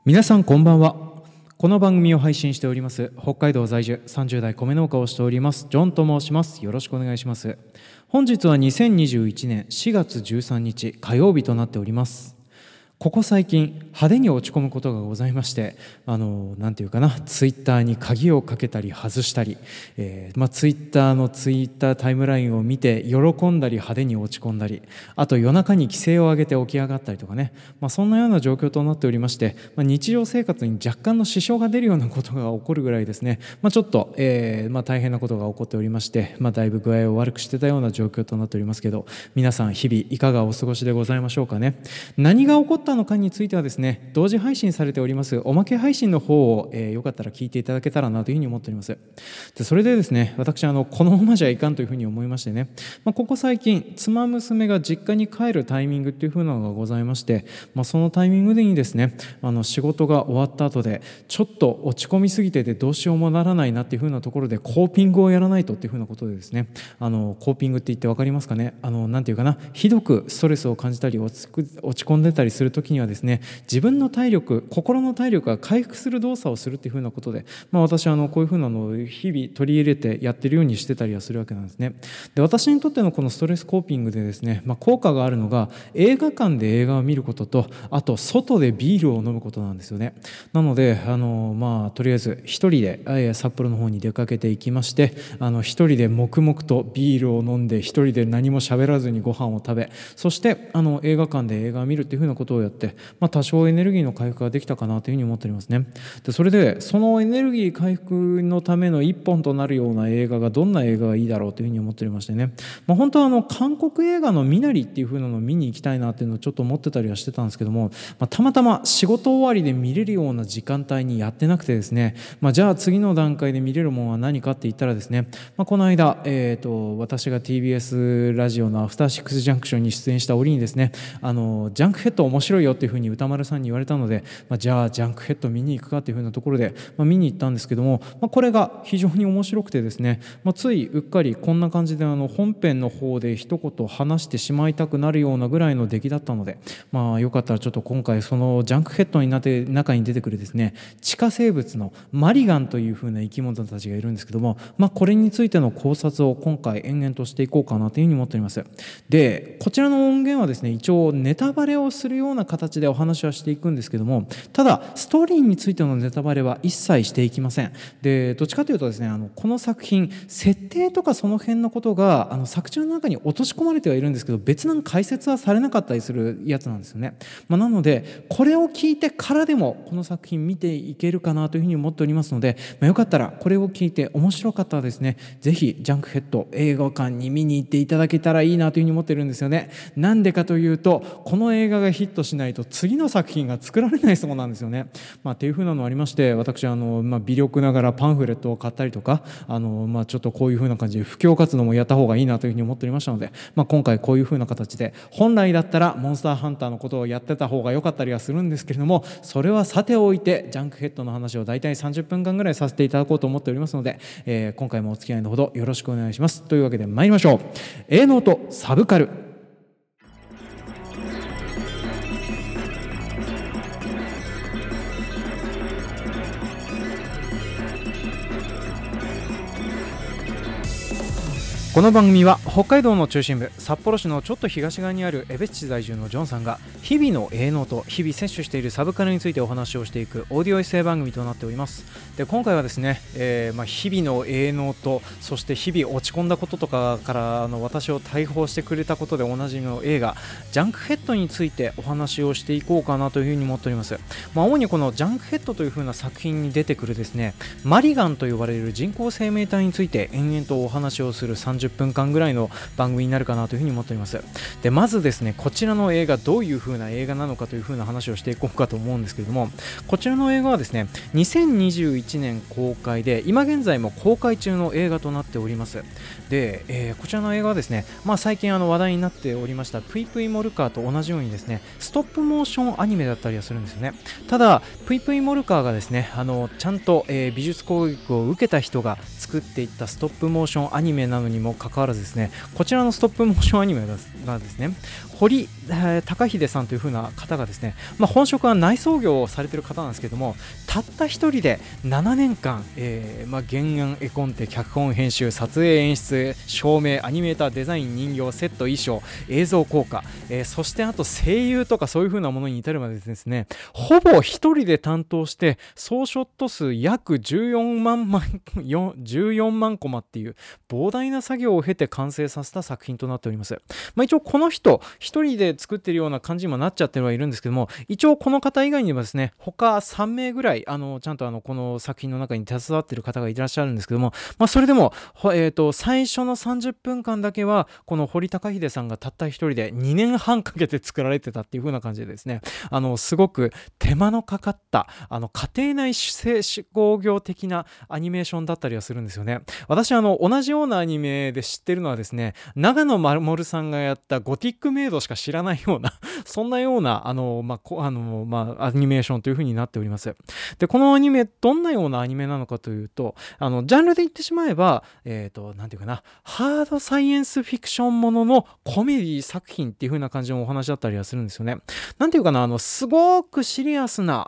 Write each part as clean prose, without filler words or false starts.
皆さんこんばんは。この番組を配信しております北海道在住30代米農家をしておりますジョンと申します。よろしくお願いします。本日は2021年4月13日火曜日となっております。ここ最近派手に落ち込むことがございまして、なんていうかな、ツイッターに鍵をかけたり外したり、ツイッタータイムラインを見て喜んだり派手に落ち込んだり、あと夜中に規制を上げて起き上がったりとかね、そんなような状況となっておりまして、日常生活に若干の支障が出るようなことが起こるぐらいですね、ちょっと、大変なことが起こっておりまして、だいぶ具合を悪くしてたような状況となっておりますけど、皆さん日々いかがお過ごしでございましょうかね。何が起こったのかについてはですね、同時配信されておりますおまけ配信の方を、よかったら聞いていただけたらなというふうに思っております。でそれでですね、私このままじゃいかんというふうに思いましてね、ここ最近妻娘が実家に帰るタイミングっていうふうなのがございまして、そのタイミングでにですね、仕事が終わった後でちょっと落ち込みすぎててどうしようもならないなっていうふうなところでコーピングをやらないとっていうふうなことでですね、コーピングって言って分かりますかね。なんていうかな、ひどくストレスを感じたり落ち込んでたりする時にはですね、自分の体力、心の体力が回復する動作をするっていうふうなことで、私はこういうふうなのを日々取り入れてやってるようにしてたりはするわけなんですね。で私にとってのこのストレスコーピングでですね、効果があるのが映画館で映画を見ることと、あと外でビールを飲むことなんですよね。なのでとりあえず一人で札幌の方に出かけていきまして、一人で黙々とビールを飲んで、一人で何も喋らずにご飯を食べ、そして映画館で映画を見るっていうふうなことをやって、多少エネルギーの回復ができたかなというふうに思っておりますね。でそれでそのエネルギー回復のための一本となるような映画がどんな映画がいいだろうというふうに思っておりましてね、本当は韓国映画のミナリっていうふうなのを見に行きたいなっていうのをちょっと思ってたりはしてたんですけども、たまたま仕事終わりで見れるような時間帯にやってなくてですね、じゃあ次の段階で見れるものは何かって言ったらですね、この間、私が TBS ラジオのアフターシックスジャンクションに出演した折にですね、ジャンクヘッド面白いよっていうふうに歌丸さんに言われたので、じゃあジャンクヘッド見に行くかというふうなところで、見に行ったんですけども、これが非常に面白くてですね、ついうっかりこんな感じで本編の方で一言話してしまいたくなるようなぐらいの出来だったので、よかったらちょっと今回そのジャンクヘッドになって中に出てくるですね、地下生物のマリガンというふうな生き物たちがいるんですけども、これについての考察を今回延々としていこうかなというふうに思っております。でこちらの音源はですね、一応ネタバレをするような形でお話はしていくんですけども、ただストーリーについてのネタバレは一切していきません。でどっちかというとですね、この作品設定とかその辺のことが作中の中に落とし込まれてはいるんですけど、別な解説はされなかったりするやつなんですよね。なのでこれを聞いてからでもこの作品見ていけるかなというふうに思っておりますので、よかったらこれを聞いて面白かったらですね、ぜひジャンクヘッド映画館に見に行っていただけたらいいなというふうに思ってるんですよね。なんでかというと、この映画がヒットしないと次の作品が作られないそうなんですよね。っていうふうなのありまして、私微力ながらパンフレットを買ったりとか、ちょっとこういうふうな感じで布教活動もやった方がいいなというふうに思っておりましたので、今回こういうふうな形で、本来だったらモンスターハンターのことをやってた方が良かったりはするんですけれども、それはさておいてジャンクヘッドの話を大体30分間ぐらいさせていただこうと思っておりますので、今回もお付き合いのほどよろしくお願いします。というわけで参りましょう。営農とサブカル。この番組は北海道の中心部札幌市のちょっと東側にある江別市在住のジョンさんが日々の営農と日々摂取しているサブカルについてお話をしていくオーディオエッセイ番組となっております。で今回はですね、日々の営農と、そして日々落ち込んだこととかから私を対放してくれたことでおなじみの映画ジャンクヘッドについてお話をしていこうかなというふうに思っております。主にこのジャンクヘッドというふうな作品に出てくるですね、マリガンと呼ばれる人工生命体について延々とお話をする30分間ぐらいの番組になるかなというふうに思っております。でまずですね、こちらの映画どういう風な映画なのかという風な話をしていこうかと思うんですけれども、こちらの映画はですね、2021年公開で今現在も公開中の映画となっております。で、こちらの映画はですね、最近話題になっておりましたプイプイモルカーと同じようにですね、ストップモーションアニメだったりはするんですよね。ただプイプイモルカーがですね、ちゃんと、美術教育を受けた人が作っていったストップモーションアニメなのにももかかわらずですね、こちらのストップモーションアニメがですね、堀高秀さんという風な方がですね、本職は内装業をされている方なんですけども、たった一人で7年間、原案絵コンテ、脚本編集、撮影演出、照明、アニメーター、デザイン、人形、セット、衣装、映像効果、そしてあと声優とかそういう風なものに至るまでですね、ほぼ一人で担当して総ショット数約14万コマっていう膨大な作業を経て完成させた作品となっております。一応この人一人で作ってるような感じにもなっちゃってはいるんですけども、一応この方以外にもですね、他3名ぐらいちゃんとこの作品の中に携わっている方がいらっしゃるんですけども、それでも、最初の30分間だけはこの堀高秀さんがたった一人で2年半かけて作られてたっていう風な感じでですね、すごく手間のかかった家庭内工業的なアニメーションだったりはするんですよね。私同じようなアニメで知ってるのはですね、長野守さんがやったゴティックメイドしか知らないようなそんなようなアニメーションという風になっております。でこのアニメどんなようなアニメなのかというと、ジャンルで言ってしまえばなんていうかな、ハードサイエンスフィクションもののコメディ作品っていう風な感じのお話だったりはするんですよね。なんていうかな、すごくシリアスな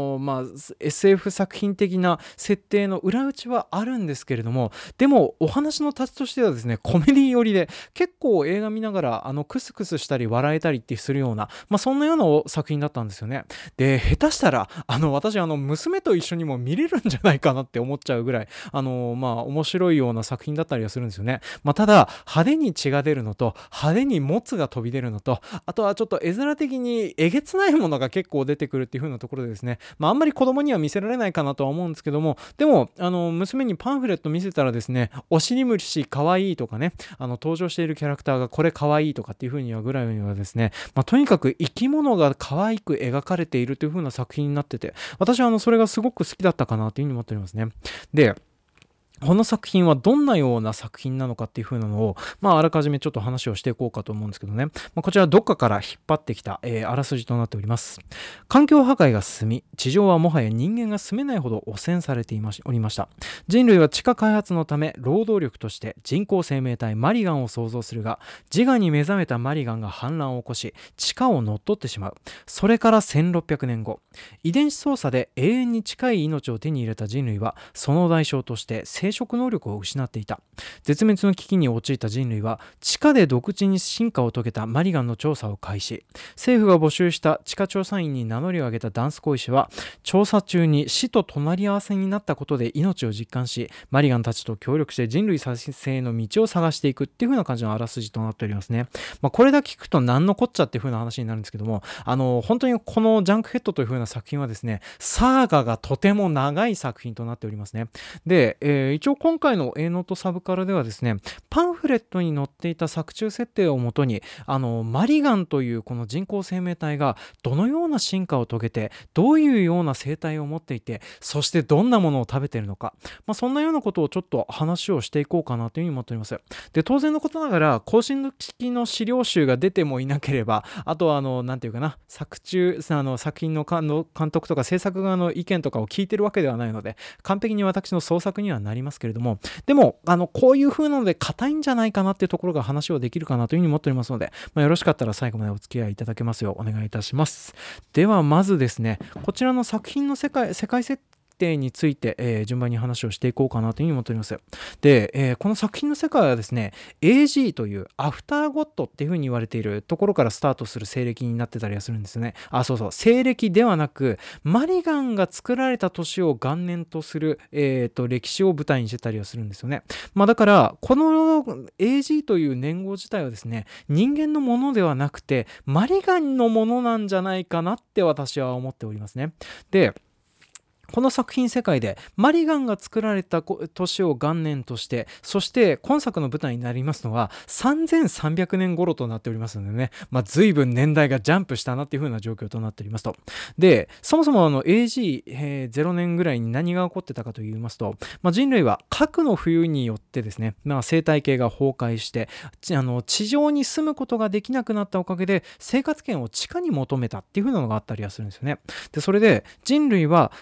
SF 作品的な設定の裏打ちはあるんですけれども、でもお話のタッチとしてはですね、コメディ寄りで結構映画見ながらクスクスしたり笑えたりってするような、そんなような作品だったんですよね。で下手したら私娘と一緒にも見れるんじゃないかなって思っちゃうぐらい面白いような作品だったりはするんですよね。ただ派手に血が出るのと派手にモツが飛び出るのと、あとはちょっと絵面的にえげつないものが結構出てくるっていう風なところでですね、あんまり子供には見せられないかなとは思うんですけども、でも娘にパンフレット見せたらですね、お尻虫かわいいとかね、登場しているキャラクターがこれかわいいとかっていう風にはぐらいにはですね、とにかく生き物が可愛く描かれているという風な作品になってて、私はそれがすごく好きだったかなという風に思っておりますね。でこの作品はどんなような作品なのかっていう風なのを、あらかじめちょっと話をしていこうかと思うんですけどね。こちらどっかから引っ張ってきた、あらすじとなっております。環境破壊が進み、地上はもはや人間が住めないほど汚染されておりました。人類は地下開発のため労働力として人工生命体マリガンを創造するが、自我に目覚めたマリガンが反乱を起こし、地下を乗っ取ってしまう。それから1600年後、遺伝子操作で永遠に近い命を手に入れた人類は、その代償として生殖能力を失っていた。絶滅の危機に陥った人類は、地下で独自に進化を遂げたマリガンの調査を開始。政府が募集した地下調査員に名乗りを上げたダンス小石は、調査中に死と隣り合わせになったことで命を実感し、マリガンたちと協力して人類再生の道を探していくっていう風な感じのあらすじとなっておりますね。これだけ聞くと何のこっちゃっていう風な話になるんですけども、本当にこのジャンクヘッドという風な作品はですね、サーガがとても長い作品となっておりますね。で、一応今回の A ノートサブカルではですね、パンフレットに載っていた作中設定をもとにマリガンというこの人工生命体がどのような進化を遂げて、どういうような生態を持っていて、そしてどんなものを食べているのか、そんなようなことをちょっと話をしていこうかなというふうに思っております。で当然のことながら更新式の資料集が出てもいなければ、あとはなんていうかな、作品の監督とか制作側の意見とかを聞いてるわけではないので、完璧に私の創作にはなりますけれども、でもこういう風なので硬いんじゃないかなっていうところが話をできるかなというふうに思っておりますので、よろしかったら最後までお付き合いいただけますようお願いいたします。ではまずですね、こちらの作品の世界設定について、順番に話をしていこうかなというふうに思っております。で、この作品の世界はですね、AG というアフターゴッドっていうふうに言われているところからスタートする西暦になってたりはするんですよね。西暦ではなくマリガンが作られた年を元年とする、歴史を舞台にしてたりはするんですよね。だからこの AG という年号自体はですね、人間のものではなくてマリガンのものなんじゃないかなって私は思っておりますね。でこの作品世界でマリガンが作られた年を元年として、そして今作の舞台になりますのは3300年頃となっておりますのでね、随分年代がジャンプしたなっていう風な状況となっておりますと。でそもそもAG0 年ぐらいに何が起こってたかといいますと、人類は核の冬によってですね、生態系が崩壊して地上に住むことができなくなったおかげで生活圏を地下に求めたっていう風なのがあったりはするんですよね。でそれで人類は、こ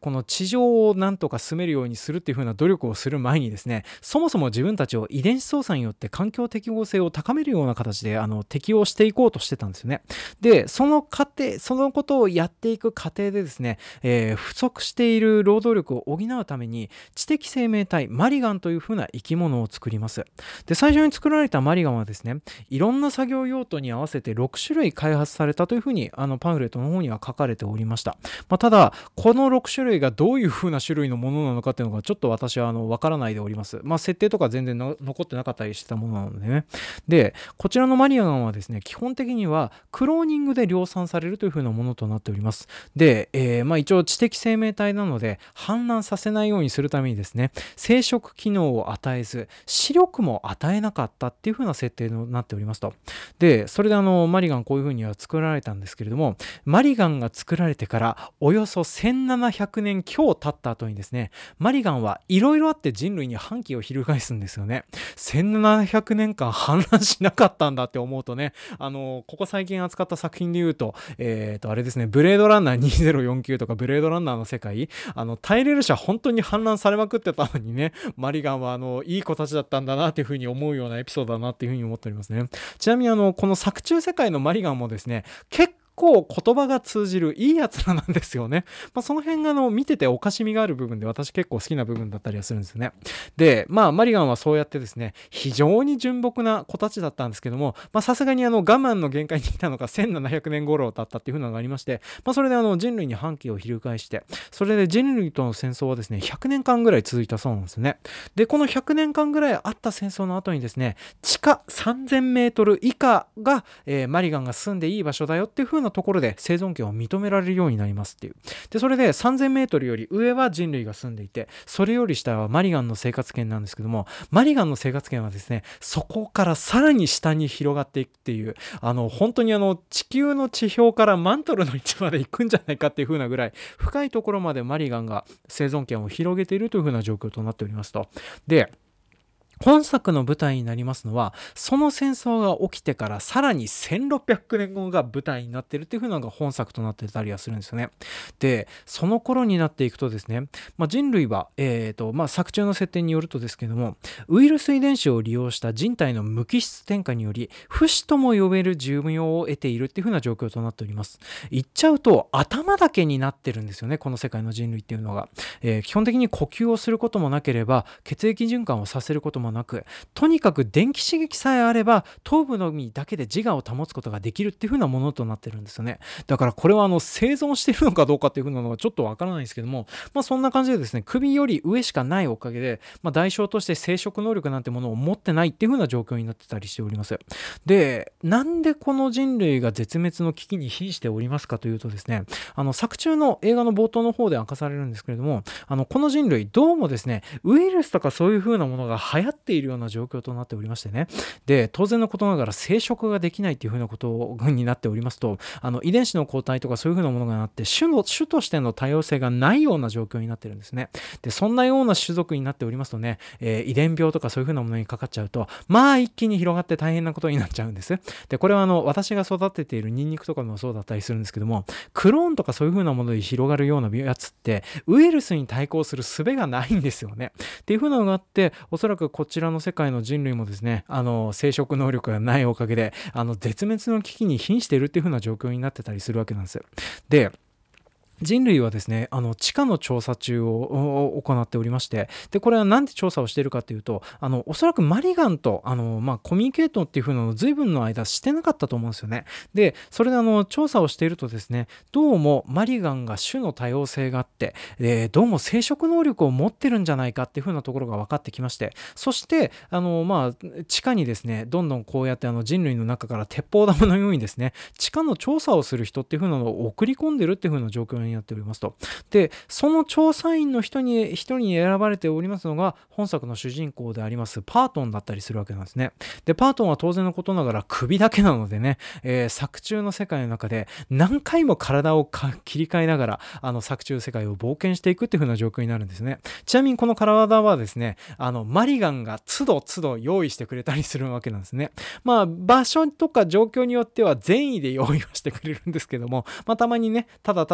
この地上をなんとか住めるようにするっていう風な努力をする前にですね、そもそも自分たちを遺伝子操作によって環境適合性を高めるような形で適応していこうとしてたんですよね。で、そのことをやっていく過程でですね、不足している労働力を補うために知的生命体マリガンという風な生き物を作ります。で、最初に作られたマリガンはですね、いろんな作業用途に合わせて6種類開発されたという風にパンフレットの方には書かれておりました。ただこの6種類がどういう風な種類のものなのかっていうのがちょっと私はわからないでおります。設定とか全然残ってなかったりしてたものなのでね。で、こちらのマリガンはですね、基本的にはクローニングで量産されるという風なものとなっております。で、一応知的生命体なので氾濫させないようにするためにですね、生殖機能を与えず視力も与えなかったっていう風な設定になっておりますと。で、それでマリガンこういう風には作られたんですけれども、マリガンが作られてからおよそ1700年今日経った後にですね、マリガンはいろいろあって人類に反旗を翻すんですよね。1700年間氾濫しなかったんだって思うとね、ここ最近扱った作品で言うと、あれですね、ブレードランナー2049とかブレードランナーの世界、タイレル社本当に氾濫されまくってたのにね、マリガンはいい子たちだったんだなっていうふうに思うようなエピソードだなっていうふうに思っておりますね。ちなみにこの作中世界のマリガンもですね、結構言葉が通じるいいやつらなんですよね。その辺が見てておかしみがある部分で私結構好きな部分だったりはするんですよね。で、マリガンはそうやってですね、非常に純朴な子たちだったんですけども、さすがに我慢の限界に来たのが1700年頃だったっていう風なのがありまして、それで人類に反旗を翻して、それで人類との戦争はですね、100年間ぐらい続いたそうなんですね。で、この100年間ぐらいあった戦争の後にですね、地下3000メートル以下が、マリガンが住んでいい場所だよっていう風なところで生存権を認められるようになりますっていう。で、それで3000メートルより上は人類が住んでいて、それより下はマリガンの生活圏なんですけども、マリガンの生活圏はですね、そこからさらに下に広がっていくっていう、本当に地球の地表からマントルの位置まで行くんじゃないかっていう風なぐらい深いところまでマリガンが生存権を広げているという風な状況となっておりますと。で、本作の舞台になりますのは、その戦争が起きてからさらに1600年後が舞台になっているっていう風なのが本作となってたりはするんですよね。で、その頃になっていくとですね、人類は、作中の設定によるとですけども、ウイルス遺伝子を利用した人体の無機質転化により、不死とも呼べる寿命を得ているっていう風な状況となっております。言っちゃうと、頭だけになってるんですよね、この世界の人類っていうのが。基本的に呼吸をすることもなければ、血液循環をさせることもなく、とにかく電気刺激さえあれば頭部のみだけで自我を保つことができるっていう風なものとなってるんですよね。だからこれは生存しているのかどうかっていう風なのはちょっとわからないんですけども、そんな感じでですね、首より上しかないおかげで、代償として生殖能力なんてものを持ってないっていう風な状況になってたりしております。で、なんでこの人類が絶滅の危機に瀕しておりますかというとですね、作中の映画の冒頭の方で明かされるんですけれども、この人類どうもですね、ウイルスとかそういう風なものが流行っているような状況となっておりましてね。で、当然のことながら生殖ができないっていう風なことになっておりますと、遺伝子の抗体とかそういう風なものがあって、種としての多様性がないような状況になってるんですね。で、そんなような種族になっておりますとね、遺伝病とかそういう風なものにかかっちゃうと、一気に広がって大変なことになっちゃうんです。で、これは私が育てているニンニクとかもそうだったりするんですけども、クローンとかそういう風なもので広がるようなやつってウイルスに対抗する術がないんですよね。っていう風なのがあって、おそらくこちらの世界の人類もですね、生殖能力がないおかげで絶滅の危機に瀕しているっていう風な状況になってたりするわけなんです。で、人類はですね、地下の調査中を行っておりまして、で、これはなんで調査をしているかというと、おそらくマリガンと、コミュニケートっていう風なのを随分の間してなかったと思うんですよね。で、それで調査をしているとですね、どうもマリガンが種の多様性があって、どうも生殖能力を持ってるんじゃないかっていう風なところが分かってきまして、そして、地下にですね、どんどんこうやって人類の中から鉄砲玉のようにですね、地下の調査をする人っていう風なのを送り込んでるっていう風な状況になっておりますと。で、その調査員の一人に選ばれておりますのが本作の主人公でありますパートンだったりするわけなんですね。で、パートンは当然のことながら首だけなのでね、作中の世界の中で何回も体を切り替えながら作中世界を冒険していくっていう風な状況になるんですね。ちなみにこの体はですね、マリガンが都度用意してくれたりするわけなんですね。場所とか状況によっては善意で用意をしてくれるんですけども、たまにね、ただただ利用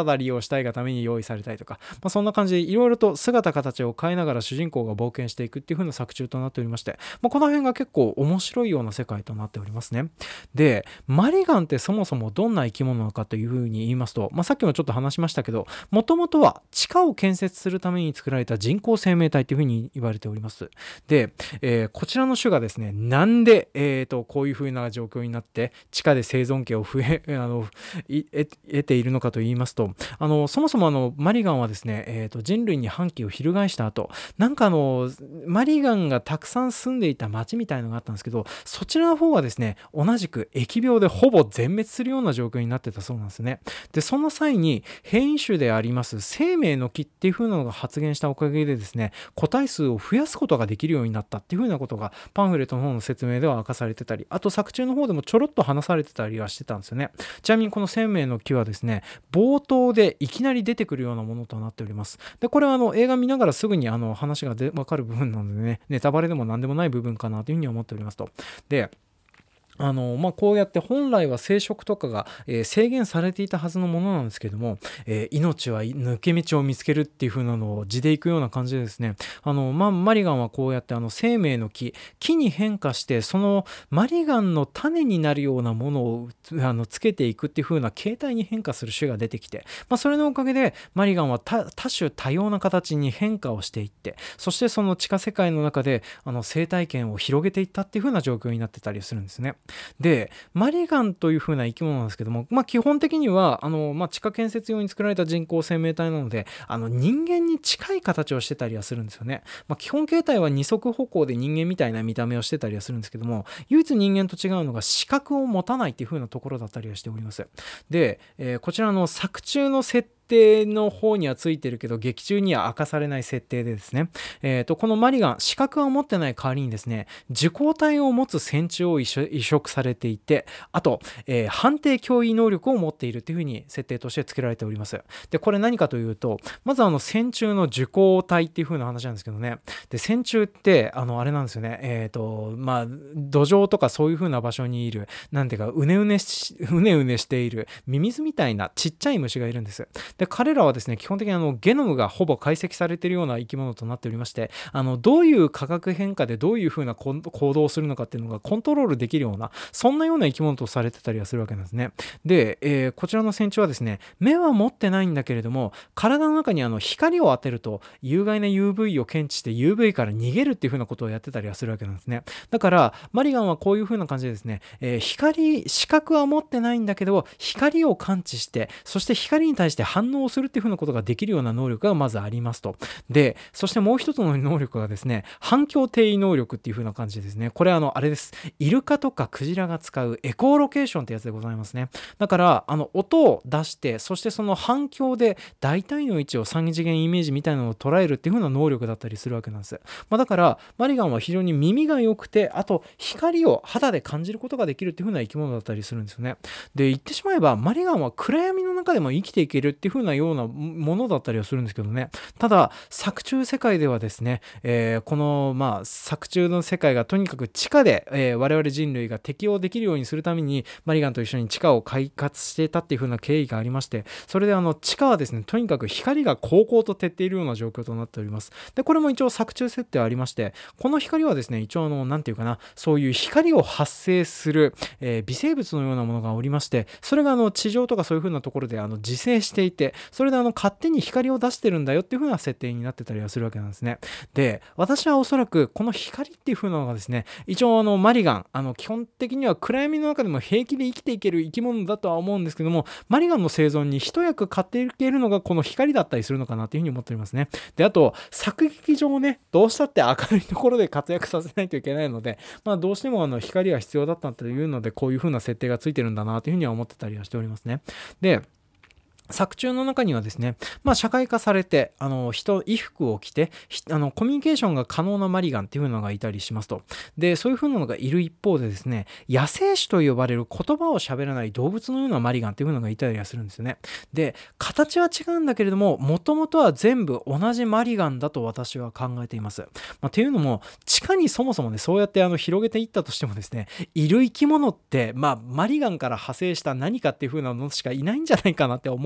したいがために用意されたりとか、そんな感じでいろいろと姿形を変えながら主人公が冒険していくっていう風な作中となっておりまして、この辺が結構面白いような世界となっておりますね。で、マリガンってそもそもどんな生き物なのかという風に言いますと、さっきもちょっと話しましたけど、もともとは地下を建設するために作られた人工生命体という風に言われております。で、こちらの種がですね、なんで、こういう風な状況になって地下で生存権を得ているのかと言いますと、そもそもマリガンはですね、人類に反旗を翻した後、なんかマリガンがたくさん住んでいた町みたいのがあったんですけど、そちらの方はですね、同じく疫病でほぼ全滅するような状況になってたそうなんですね。で、その際に変異種であります生命の木っていう風なのが発現したおかげでですね、個体数を増やすことができるようになったっていう風なことがパンフレットの方の説明では明かされてたり、あと作中の方でもちょろっと話されてたりはしてたんですよね。ちなみにこの生命の木はですね、冒頭でいきなり出てくるようなものとなっております。で、これは映画見ながらすぐに話がわかる部分なのでね、ネタバレでも何でもない部分かなというふうに思っておりますと。で、こうやって本来は生殖とかが、制限されていたはずのものなんですけども、命は抜け道を見つけるっていう風なのを地でいくような感じでですね、マリガンはこうやって生命の木に変化して、そのマリガンの種になるようなものをつけていくっていう風な形態に変化する種が出てきて、それのおかげでマリガンは多種多様な形に変化をしていって、そしてその地下世界の中で生態圏を広げていったっていう風な状況になってたりするんですね。で、マリガンという風な生き物なんですけども、基本的には地下建設用に作られた人工生命体なので、人間に近い形をしてたりはするんですよね。基本形態は二足歩行で人間みたいな見た目をしてたりはするんですけども、唯一人間と違うのが視覚を持たないっていう風なところだったりはしております。で、こちらの作中の設定の方にはついてるけど劇中には明かされない設定でですね、このマリガン視覚は持ってない代わりにですね、受光体を持つ線虫を移植されていて、あと、判定脅威能力を持っているというふうに設定として付けられております。で、これ何かというと、まず線虫の受光体っていう風な話なんですけどね。で、線虫ってあれなんですよね。土壌とかそういう風な場所にいる、なんていうかうねうねしているミミズみたいなちっちゃい虫がいるんです。で、彼らはですね、基本的にゲノムがほぼ解析されているような生き物となっておりまして、どういう化学変化でどういう風な行動をするのかっていうのがコントロールできるような、そんなような生き物とされてたりはするわけなんですね。で、こちらの線虫はですね、目は持ってないんだけれども、体の中に光を当てると有害な UV を検知して UV から逃げるっていう風なことをやってたりはするわけなんですね。だからマリガンはこういう風な感じでですね、視覚は持ってないんだけど光を感知して、そして光に対して反応するっていう風なことができるような能力がまずありますと。で、そしてもう一つの能力がですね、反響定位能力っていう風な感じですね。これあれです。イルカとかクジラが使うエコーロケーションってやつでございますね。だから音を出して、そしてその反響で大体の位置を3次元イメージみたいなのを捉えるっていう風な能力だったりするわけなんです。だからマリガンは非常に耳が良くて、あと光を肌で感じることができるっていう風な生き物だったりするんですよね。で、言ってしまえばマリガンは暗闇の中でも生きていけるっていう風なようなものだったりはするんですけどね。ただ作中世界ではですね、この作中の世界がとにかく地下で、我々人類が適応できるようにするためにマリガンと一緒に地下を開発していたっていう風な経緯がありまして、それで地下はですね、とにかく光が煌々と照っているような状況となっております。で、これも一応作中設定ありまして、この光はですね、一応なんていうかな、そういう光を発生する、微生物のようなものがおりまして、それが地上とかそういう風なところで自生していて、それで勝手に光を出してるんだよっていう風な設定になってたりはするわけなんですね。で、私はおそらくこの光っていう風なのがですね、一応マリガン基本的には暗闇の中でも平気で生きていける生き物だとは思うんですけども、マリガンの生存に一役買っていけるのがこの光だったりするのかなという風に思っておりますね。で、あと作劇上ね、どうしたって明るいところで活躍させないといけないので、どうしても光が必要だったというので、こういう風な設定がついてるんだなという風には思ってたりはしておりますね。で、作中の中にはですね、社会化されて衣服を着てコミュニケーションが可能なマリガンっていうのがいたりしますと。で、そういう風なのがいる一方でですね、野生種と呼ばれる言葉を喋らない動物のようなマリガンっていうのがいたりはするんですよね。で、形は違うんだけれども、もともとは全部同じマリガンだと私は考えています。っていうのも、地下にそもそもね、そうやって広げていったとしてもですね、いる生き物ってマリガンから派生した何かっていう風なのしかいないんじゃないかなって思うん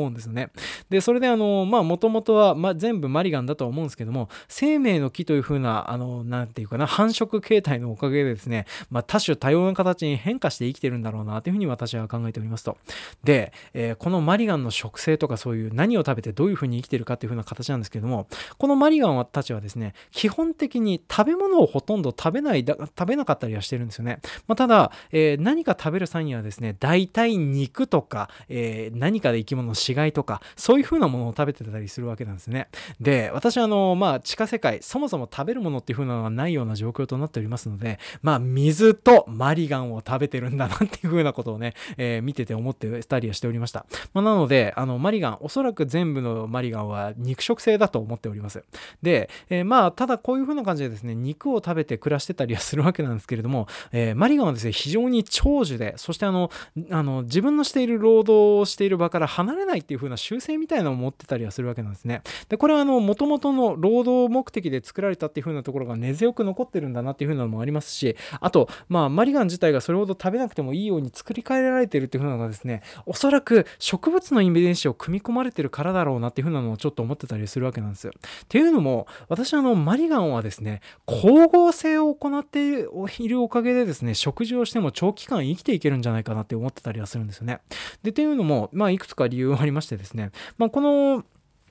うんですよね。でそれでもともとは、全部マリガンだとは思うんですけども、生命の木という風ななんていうかな、繁殖形態のおかげでですね、多種多様な形に変化して生きてるんだろうなというふうに私は考えておりますと。で、このマリガンの食性とか、そういう何を食べてどういうふうに生きてるかというふうな形なんですけども、このマリガンたちはですね、基本的に食べ物をほとんど食べなかったりはしてるんですよね。ただ、何か食べる際にはですね、大体肉とか、何かで生き物の死骸とか、そういうふうなものを食べてたりするわけなんですね。で、私は地下世界、そもそも食べるものっていうふうなのがないような状況となっておりますので、水とマリガンを食べてるんだなっていうふうなことをね、見てて思ってたりはしておりました。なので、マリガン、おそらく全部のマリガンは肉食性だと思っております。で、ただこういうふうな感じでですね、肉を食べて暮らしてたりはするわけなんですけれども、マリガンはですね、非常に長寿で、そして自分のしている労働をしている場から離れないっていう風な習性みたいなのを持ってたりはするわけなんですね。で、これは元々の労働目的で作られたっていう風なところが根強く残ってるんだなっていう風なのもありますし、あと、マリガン自体がそれほど食べなくてもいいように作り変えられてるっていう風なのがですね、おそらく植物の遺伝子を組み込まれてるからだろうなっていう風なのをちょっと思ってたりするわけなんですよ。っていうのも、私マリガンはですね、光合成を行っているおかげでですね、食事をしても長期間生きていけるんじゃないかなって思ってたりはするんですよね。で、っていうのも、いくつか理由がありましてですね、この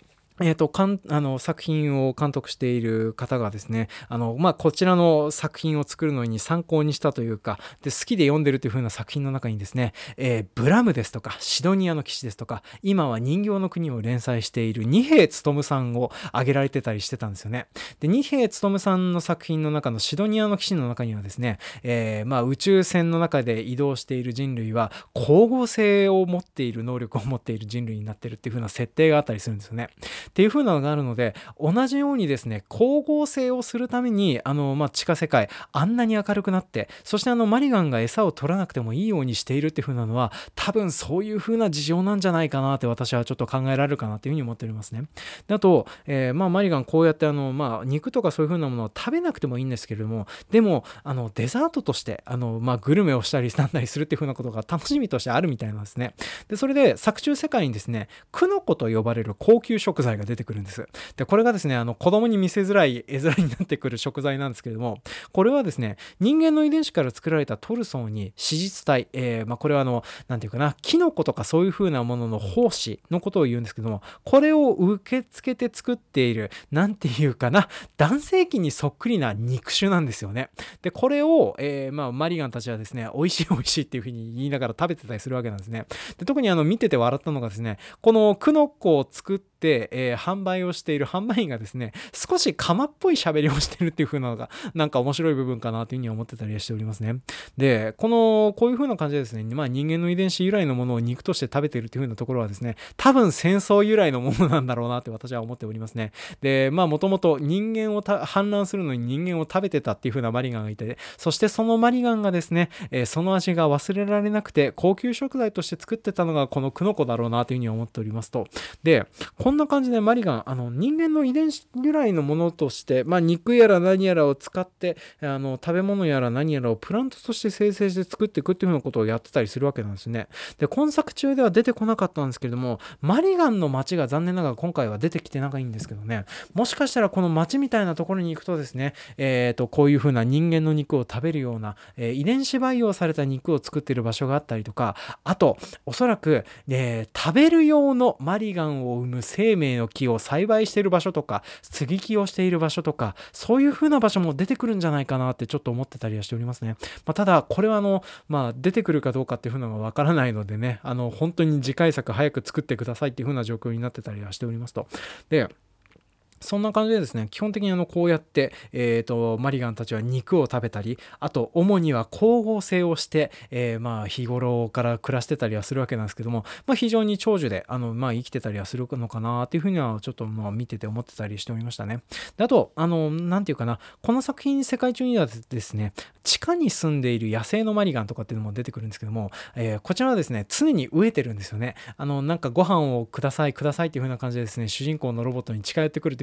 作品を監督している方がですね、こちらの作品を作るのに参考にしたというか、で、好きで読んでるという風な作品の中にですね、ブラムですとか、シドニアの騎士ですとか、今は人形の国を連載している二瓶勉さんを挙げられてたりしてたんですよね。で、二瓶勉さんの作品の中のシドニアの騎士の中にはですね、宇宙船の中で移動している人類は、光合成を持っている能力を持っている人類になっているっていう風な設定があったりするんですよね。っていう風なのがあるので、同じようにですね、光合成をするために地下世界あんなに明るくなって、そしてマリガンが餌を取らなくてもいいようにしているっていう風なのは、多分そういう風な事情なんじゃないかなって私はちょっと考えられるかなっていう風に思っておりますね。で、あと、マリガンこうやって肉とかそういう風なものを食べなくてもいいんですけれども、でもデザートとしてグルメをしたりなんだりするっていう風なことが楽しみとしてあるみたいなんですね。で、それで作中世界にですね、クノコと呼ばれる高級食材が出てくるんです。で、これがですね、子供に見せづらい絵面になってくる食材なんですけれども、これはですね、人間の遺伝子から作られたトルソーに脂質体、これはなんていうかな、キノコとかそういう風なものの胞子のことを言うんですけども、これを受け付けて作っている、なんていうかな、男性器にそっくりな肉種なんですよね。で、これを、マリガンたちはですね、美味しい美味しいっていう風に言いながら食べてたりするわけなんですね。で、特に見てて笑ったのがですね、このクノコを作って、販売をしている販売員がですね、少しカマっぽい喋りをしてるっていう風なのがなんか面白い部分かなというふうに思ってたりしておりますね。で、こういう風な感じでですね、人間の遺伝子由来のものを肉として食べているっていう風なところはですね、多分戦争由来のものなんだろうなって私は思っておりますね。で、もともと人間を反乱するのに人間を食べてたっていう風なマリガンがいて、そしてそのマリガンがですね、その味が忘れられなくて高級食材として作ってたのがこのクノコだろうなというふうに思っておりますと。で、こんな感じでマリガン、人間の遺伝子由来のものとして、肉やら何やらを使って、食べ物やら何やらをプラントとして生成して作っていくっていうふうなことをやってたりするわけなんですね。で、今作中では出てこなかったんですけれども、マリガンの街が残念ながら今回は出てきてないんですけどね、もしかしたらこの街みたいなところに行くとですね、こういうふうな人間の肉を食べるような、遺伝子培養された肉を作っている場所があったりとか、あと、おそらく、食べる用のマリガンを生む生命の木を栽培している場所とか、接ぎ木をしている場所とか、そういう風な場所も出てくるんじゃないかなってちょっと思ってたりはしておりますね。ただ、これは出てくるかどうかっていう風なのがわからないのでね、本当に次回作早く作ってくださいっていう風な状況になってたりはしておりますと。で、そんな感じでですね、基本的にこうやって、マリガンたちは肉を食べたり、あと主には光合成をして、日頃から暮らしてたりはするわけなんですけども、非常に長寿で生きてたりはするのかなっていうふうにはちょっと見てて思ってたりしておりましたね。で、あとなんていうかな、この作品世界中にはですね、地下に住んでいる野生のマリガンとかっていうのも出てくるんですけども、こちらはですね、常に飢えてるんですよね。なんかご飯をくださいっていう風な感じでですね、主人公のロボットに近寄ってくるっていう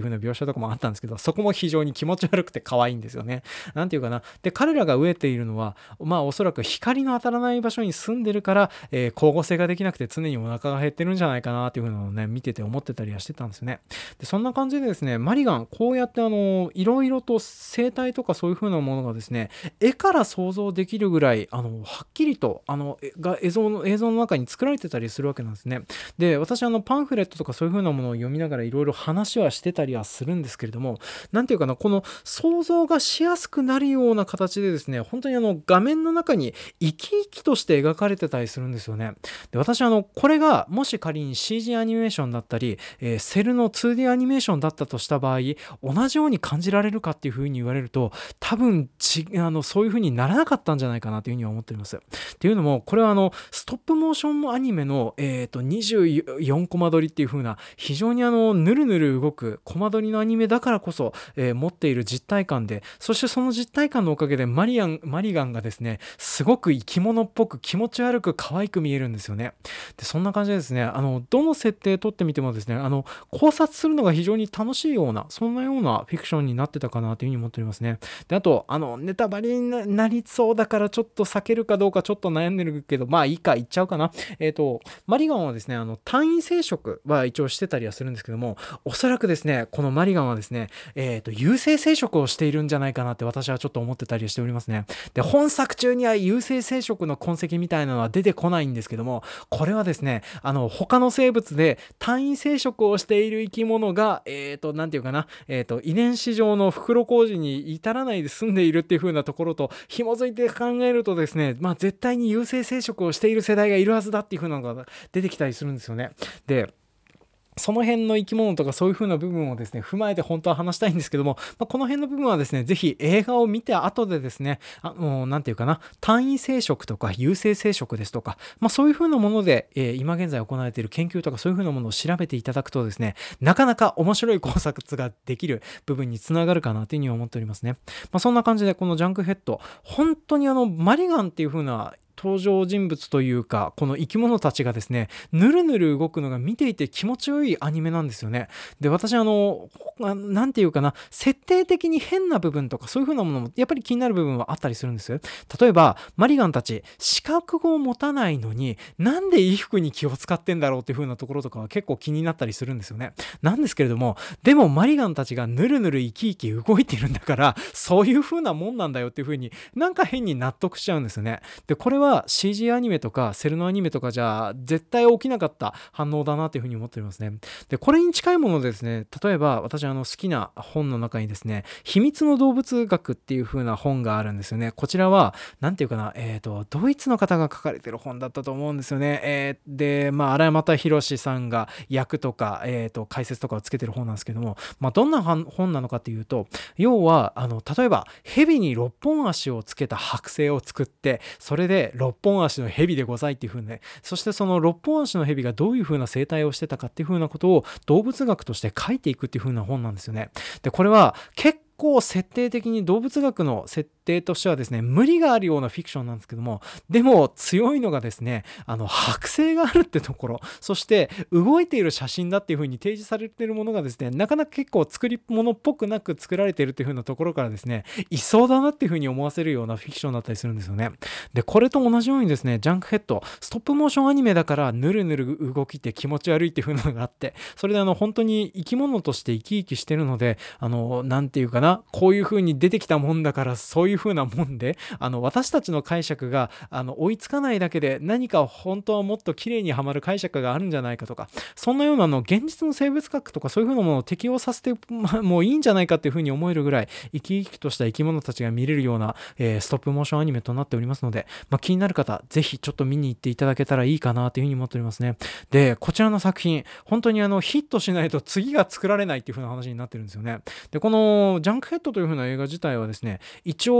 いう風な描写とかもあったんですけど、そこも非常に気持ち悪くて可愛いんですよね。なんていうかな。で、彼らが飢えているのは、おそらく光の当たらない場所に住んでるから、光合成ができなくて常にお腹が減ってるんじゃないかなっていう風なのをね、見てて思ってたりはしてたんですよね。で、そんな感じでですね、マリガン、こうやっていろいろと生態とかそういう風なものがですね、絵から想像できるぐらい、はっきりと、映像の中に作られてたりするわけなんですね。で、私、パンフレットとかそういう風なものを読みながらいろいろ話はしてたりはするんですけれども、なんていうかな、この想像がしやすくなるような形でですね、本当に画面の中に生き生きとして描かれてたりするんですよね。で、私、これがもし仮に CG アニメーションだったり、セルの 2D アニメーションだったとした場合、同じように感じられるかっていう風に言われると、多分そういう風にならなかったんじゃないかなという風には思っております。っていうのも、これはストップモーションアニメの、24コマ撮りっていう風な、非常にぬるぬる動くコマ撮りのアニメだからこそ、持っている実体感で、そしてその実体感のおかげでマリガンがですね、すごく生き物っぽく気持ち悪く可愛く見えるんですよね。で、そんな感じでですね、どの設定撮ってみてもですね、考察するのが非常に楽しいような、そんなようなフィクションになってたかなというふうに思っておりますね。で、あと、ネタバレになりそうだからちょっと避けるかどうかちょっと悩んでるけど、まあいいか、言っちゃうかな。マリガンはですね、単位生殖は一応してたりはするんですけども、おそらくですね、このマリガンはですね、有性生殖をしているんじゃないかなって私はちょっと思ってたりしておりますね。で、本作中には有性生殖の痕跡みたいなのは出てこないんですけども、これはですね、他の生物で単位生殖をしている生き物が、なんていうかな、遺伝子上の袋小路に至らないで住んでいるっていう風なところと紐づいて考えるとですね、絶対に有性生殖をしている世代がいるはずだっていう風なのが出てきたりするんですよね。で、その辺の生き物とかそういう風な部分をですね、踏まえて本当は話したいんですけども、この辺の部分はですね、ぜひ映画を見て後でですね、なんていうかな、単位生殖とか有性生殖ですとか、そういう風なもので、今現在行われている研究とかそういう風なものを調べていただくとですね、なかなか面白い考察ができる部分につながるかなというふうに思っておりますね。そんな感じでこのジャンクヘッド、本当にマリガンっていう風な登場人物というか、この生き物たちがですね、ぬるぬる動くのが見ていて気持ちよいアニメなんですよね。で、私なんていうかな、設定的に変な部分とかそういう風なものもやっぱり気になる部分はあったりするんです。例えば、マリガンたち、資格を持たないのに、なんで衣服に気を使ってんだろうっていう風なところとかは結構気になったりするんですよね。なんですけれども、でもマリガンたちがぬるぬる生き生き動いてるんだから、そういう風なもんなんだよっていう風になんか変に納得しちゃうんですよね。で、これは CG アニメとかセルのアニメとかじゃ絶対起きなかった反応だなというふうに思っておりますね。で、これに近いものでですね、例えば私好きな本の中にですね、秘密の動物学っていう風な本があるんですよね。こちらは、なんていうかな、ドイツの方が書かれてる本だったと思うんですよね。で、荒山博さんが訳とか、解説とかをつけてる本なんですけども、どんな本なのかというと、要は、例えば、蛇に6本足をつけた剥製を作って、それで6本足の蛇でございっていう風にね、そしてその6本足の蛇がどういう風な生態をしてたかっていう風なことを動物学として書いていくっていう風な本なんですよね。で、これは結構設定的に動物学の設定としてはですね、無理があるようなフィクションなんですけども、でも強いのがですね、剥製があるってところ、そして動いている写真だっていう風に提示されているものがですね、なかなか結構作り物っぽくなく作られているっていう風なところからですね、いそうだなっていう風に思わせるようなフィクションだったりするんですよね。で、これと同じようにですね、ジャンクヘッド、ストップモーションアニメだからぬるぬる動きって気持ち悪いっていう風なのがあって、それで本当に生き物として生き生きしてるので、なんていうかな、こういう風に出てきたもんだからそういう風なもんで、私たちの解釈が追いつかないだけで何か本当はもっと綺麗にはまる解釈があるんじゃないかとか、そんなような現実の生物学とかそういう風なものを適用させてもういいんじゃないかっていう風に思えるぐらい生き生きとした生き物たちが見れるような、ストップモーションアニメとなっておりますので、気になる方ぜひちょっと見に行っていただけたらいいかなという風に思っておりますね。で、こちらの作品本当にヒットしないと次が作られないっていう風な話になってるんですよね。で、このジャンクヘッドという風な映画自体はですね、一応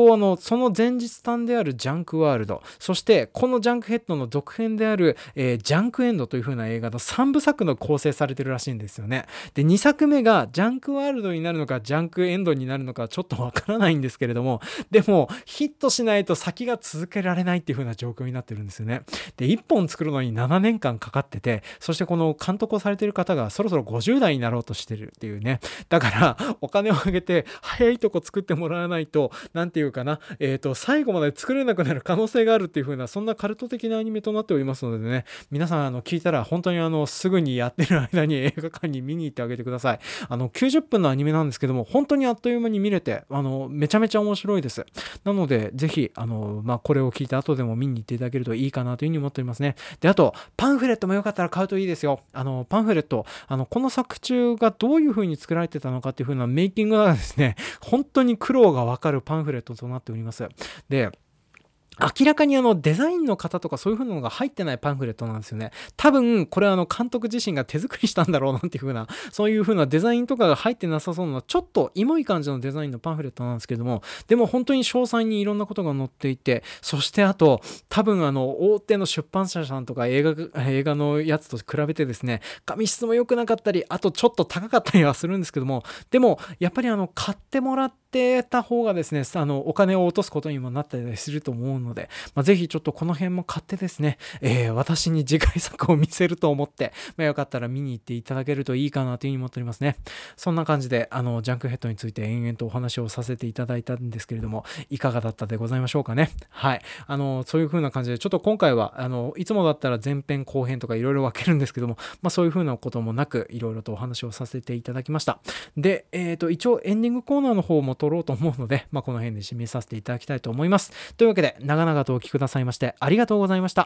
その前日譚であるジャンクワールド、そしてこのジャンクヘッドの続編である、ジャンクエンドという風な映画の3部作の構成されてるらしいんですよね。で、2作目がジャンクワールドになるのかジャンクエンドになるのかちょっとわからないんですけれども、でもヒットしないと先が続けられないっていう風な状況になってるんですよね。で、1本作るのに7年間かかってて、そしてこの監督をされている方がそろそろ50代になろうとしてるっていうね。だからお金をあげて早いとこ作ってもらわないと、なんていうかな、最後まで作れなくなる可能性があるっていう風な、そんなカルト的なアニメとなっておりますのでね、皆さん聞いたら本当にすぐにやってる間に映画館に見に行ってあげてください。90分のアニメなんですけども、本当にあっという間に見れて、めちゃめちゃ面白いです。なのでぜひこれを聞いた後でも見に行っていただけるといいかなというふうに思っておりますね。で、あとパンフレットもよかったら買うといいですよ。パンフレット、この作中がどういう風に作られてたのかっていう風なメイキングがですね、本当に苦労がわかるパンフレットとなっております。で、明らかにデザインの方とかそういう風なのが入ってないパンフレットなんですよね。多分これは監督自身が手作りしたんだろうなんていう風な、そういう風なデザインとかが入ってなさそうな、ちょっとエモい感じのデザインのパンフレットなんですけども、でも本当に詳細にいろんなことが載っていて、そしてあと多分大手の出版社さんとか映画のやつと比べてですね、紙質も良くなかったり、あとちょっと高かったりはするんですけども、でもやっぱり買ってもらってた方がですね、お金を落とすことにもなったりすると思うので、ぜひちょっとこの辺も買ってですね、私に次回作を見せると思って、よかったら見に行っていただけるといいかなというふうに思っておりますね。そんな感じでジャンクヘッドについて延々とお話をさせていただいたんですけれども、いかがだったでございましょうかね。はい、そういう風な感じでちょっと今回はいつもだったら前編後編とかいろいろ分けるんですけども、そういう風なこともなくいろいろとお話をさせていただきました。で、一応エンディングコーナーの方も撮ろうと思うので、この辺で締めさせていただきたいと思います。というわけで長々とお聞きくださいましてありがとうございました。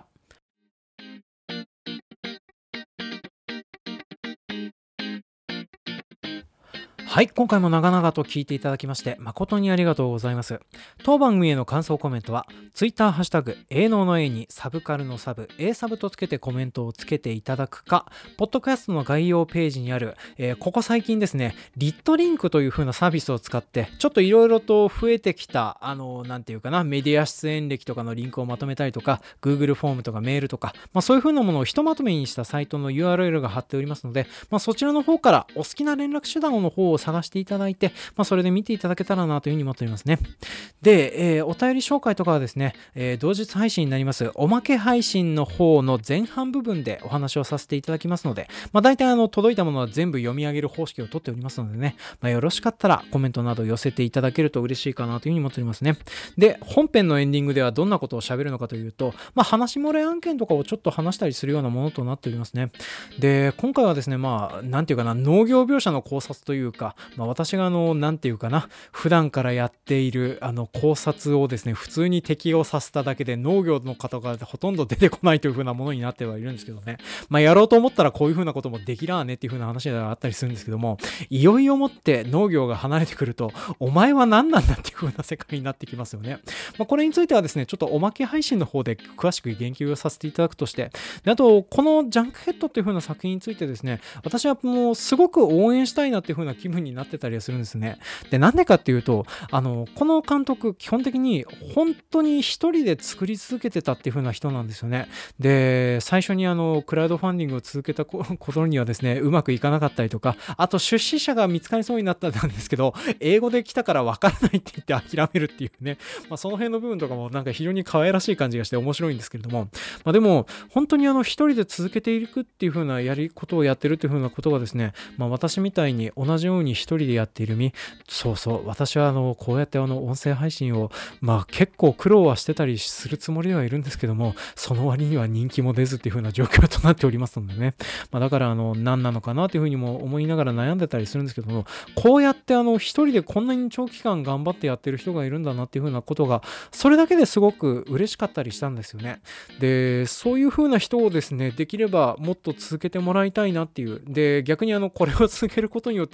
はい、今回も長々と聞いていただきまして誠にありがとうございます。当番組への感想コメントは Twitter ハッシュタグ営農の A にサブカルのサブ A サブとつけてコメントをつけていただくか、ポッドキャストの概要ページにある、ここ最近ですね、リットリンクという風なサービスを使ってちょっといろいろと増えてきたなんていうかな、メディア出演歴とかのリンクをまとめたりとか Google フォームとかメールとか、そういう風なものをひとまとめにしたサイトの URL が貼っておりますので、そちらの方からお好きな連絡手段の方を探していただいて、それで見ていただけたらなというふうに思っておりますね。で、お便り紹介とかはですね、同日配信になりますおまけ配信の方の前半部分でお話をさせていただきますので、大体届いたものは全部読み上げる方式をとっておりますのでね、よろしかったらコメントなど寄せていただけると嬉しいかなというふうに思っておりますね。で、本編のエンディングではどんなことを喋るのかというと、話漏れ案件とかをちょっと話したりするようなものとなっておりますね。で、今回はですね、なんていうかな、農業描写の考察というか、私がなんていうかな、普段からやっている考察をですね、普通に適用させただけで農業の方がほとんど出てこないという風なものになってはいるんですけどね。やろうと思ったらこういう風なこともできらーねっていう風な話ではあったりするんですけども、いよいよもって農業が離れてくると、お前は何なんだっていう風な世界になってきますよね。これについてはですね、ちょっとおまけ配信の方で詳しく言及をさせていただくとして、で、あとこのジャンクヘッドっていう風な作品についてですね、私はもうすごく応援したいなっていう風な気分になってたりはするんですね。で、なんでかっていうと、この監督基本的に本当に一人で作り続けてたっていう風な人なんですよね。で、最初にクラウドファンディングを続けたことにはですね、うまくいかなかったりとか、あと出資者が見つかりそうになったんですけど、英語で来たからわからないって言って諦めるっていうね、その辺の部分とかもなんか非常に可愛らしい感じがして面白いんですけれども、でも本当に一人で続けていくっていう風なことをやってるっていう風なことがですね、私みたいに同じように一人でやっている身、そうそう私はこうやって音声配信を結構苦労はしてたりするつもりではいるんですけども、その割には人気も出ずっていう風な状況となっておりますのでね、だから何なのかなという風にも思いながら悩んでたりするんですけども、こうやって一人でこんなに長期間頑張ってやってる人がいるんだなっていう風なことが、それだけですごく嬉しかったりしたんですよね。で、そういう風な人をですね、できればもっと続けてもらいたいなっていう。で、逆にこれを続けることによって命を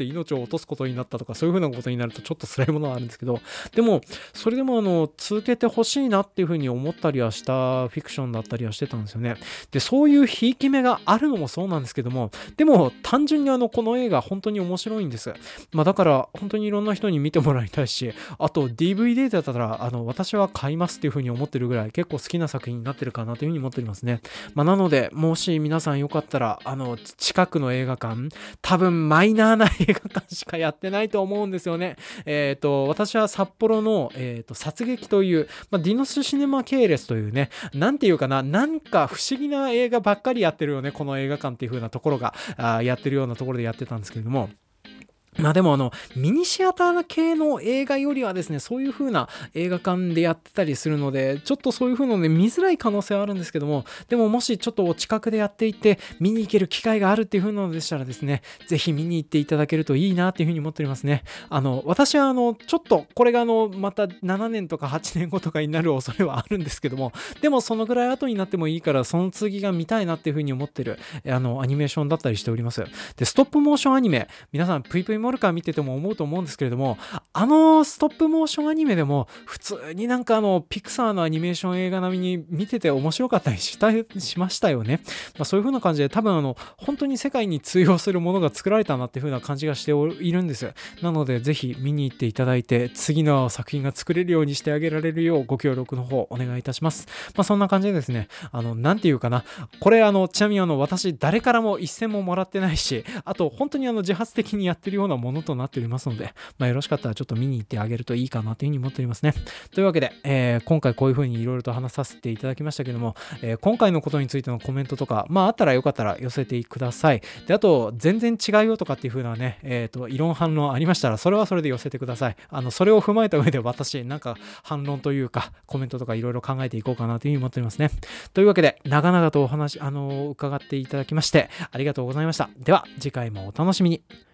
落とすことになったとか、そういう風なことになるとちょっと辛いものはあるんですけど、でもそれでも続けてほしいなっていう風に思ったりはしたフィクションだったりはしてたんですよね。で、そういうひいき目があるのもそうなんですけども、でも単純にこの映画本当に面白いんです。だから本当にいろんな人に見てもらいたいし、あと DVD だったら私は買いますっていう風に思ってるぐらい結構好きな作品になってるかなという風に思っておりますね。なので、もし皆さんよかったら近くの映画館、多分マイナーな映画館しかやってないと思うんですよね。私は札幌の、殺撃という、ディノスシネマ系列というね、なんていうかな、なんか不思議な映画ばっかりやってるよね、この映画館っていう風なところがやってるようなところでやってたんですけれども、でもミニシアター系の映画よりはですね、そういう風な映画館でやってたりするので、ちょっとそういう風なので見づらい可能性はあるんですけども、でももしちょっとお近くでやっていて、見に行ける機会があるっていう風なのでしたらですね、ぜひ見に行っていただけるといいなっていう風に思っておりますね。私はちょっとこれがまた7年とか8年後とかになる恐れはあるんですけども、でもそのぐらい後になってもいいから、その次が見たいなっていう風に思ってる、アニメーションだったりしております。で、ストップモーションアニメ、皆さんぷいぷいモルカー見てても思うと思うんですけれども、ストップモーションアニメでも普通になんかピクサーのアニメーション映画並みに見てて面白かったりしましたよね。そういう風な感じで多分本当に世界に通用するものが作られたなっていう風な感じがしているんです。なのでぜひ見に行っていただいて、次の作品が作れるようにしてあげられるようご協力の方お願いいたします。そんな感じでですね、なんていうかな、これちなみに私誰からも一銭ももらってないし、あと本当に自発的にやってるようなものとなっておりますので、よろしかったらちょっと見に行ってあげるといいかなというふうに思っておりますね。というわけで、今回こういうふうにいろいろと話させていただきましたけども、今回のことについてのコメントとか、あったらよかったら寄せてください。で、あと全然違うよとかっていうふうなね、異論反論ありましたら、それはそれで寄せてください。それを踏まえた上で私なんか反論というかコメントとかいろいろ考えていこうかなというふうに思っておりますね。というわけで長々とお話伺っていただきましてありがとうございました。では次回もお楽しみに。